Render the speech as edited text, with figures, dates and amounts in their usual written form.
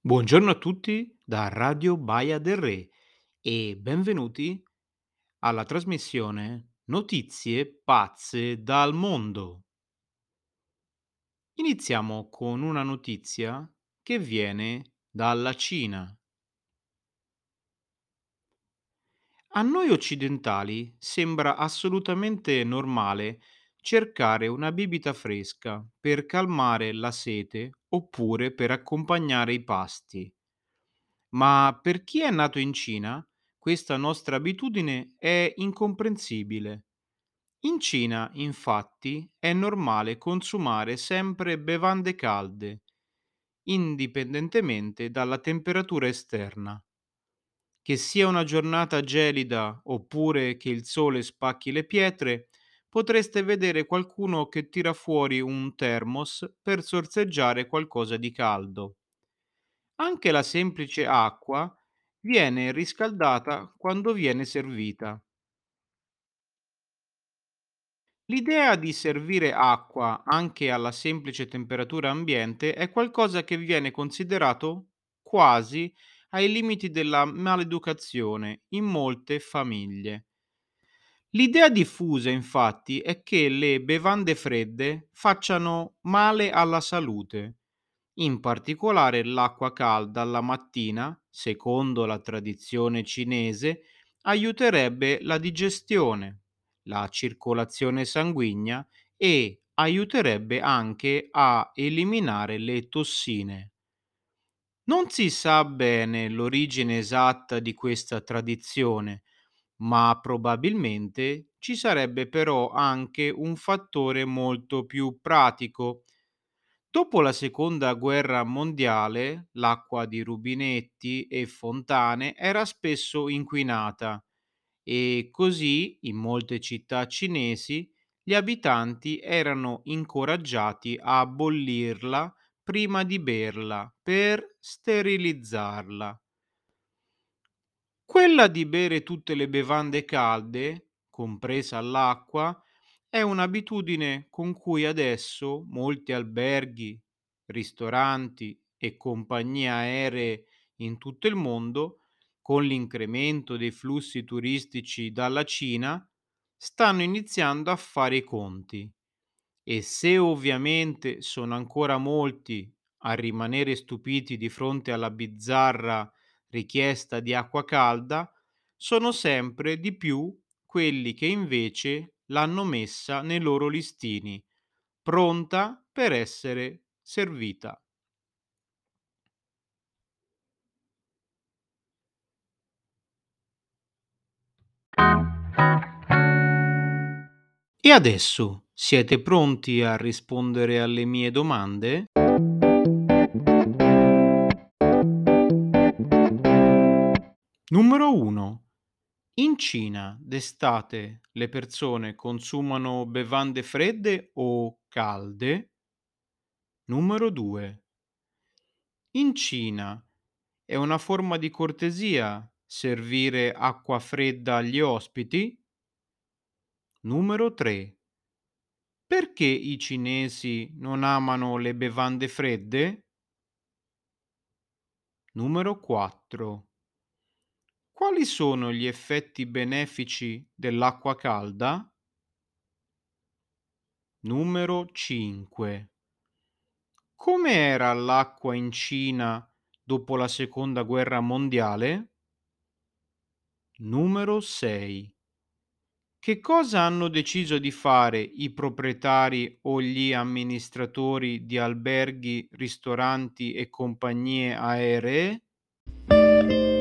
Buongiorno a tutti da Radio Baia del Re e benvenuti alla trasmissione Notizie pazze dal mondo. Iniziamo con una notizia che viene dalla Cina. A noi occidentali sembra assolutamente normale cercare una bibita fresca per calmare la sete oppure per accompagnare i pasti. Ma per chi è nato in Cina, questa nostra abitudine è incomprensibile. In Cina, infatti, è normale consumare sempre bevande calde, indipendentemente dalla temperatura esterna. Che sia una giornata gelida oppure che il sole spacchi le pietre, potreste vedere qualcuno che tira fuori un thermos per sorseggiare qualcosa di caldo. Anche la semplice acqua viene riscaldata quando viene servita. L'idea di servire acqua anche alla semplice temperatura ambiente è qualcosa che viene considerato quasi ai limiti della maleducazione in molte famiglie. L'idea diffusa, infatti, è che le bevande fredde facciano male alla salute. In particolare l'acqua calda alla mattina, secondo la tradizione cinese, aiuterebbe la digestione, la circolazione sanguigna e aiuterebbe anche a eliminare le tossine. Non si sa bene l'origine esatta di questa tradizione, ma probabilmente ci sarebbe però anche un fattore molto più pratico. Dopo la seconda guerra mondiale, l'acqua di rubinetti e fontane era spesso inquinata e così in molte città cinesi gli abitanti erano incoraggiati a bollirla prima di berla per sterilizzarla. Quella di bere tutte le bevande calde, compresa l'acqua, è un'abitudine con cui adesso molti alberghi, ristoranti e compagnie aeree in tutto il mondo, con l'incremento dei flussi turistici dalla Cina, stanno iniziando a fare i conti. E se ovviamente sono ancora molti a rimanere stupiti di fronte alla bizzarra richiesta di acqua calda, sono sempre di più quelli che invece l'hanno messa nei loro listini, pronta per essere servita. E adesso siete pronti a rispondere alle mie domande? Numero 1. In Cina d'estate le persone consumano bevande fredde o calde? Numero 2. In Cina è una forma di cortesia servire acqua fredda agli ospiti? Numero 3. Perché i cinesi non amano le bevande fredde? Numero 4. Quali sono gli effetti benefici dell'acqua calda? Numero 5. Come era l'acqua in Cina dopo la seconda guerra mondiale? Numero 6. Che cosa hanno deciso di fare i proprietari o gli amministratori di alberghi, ristoranti e compagnie aeree?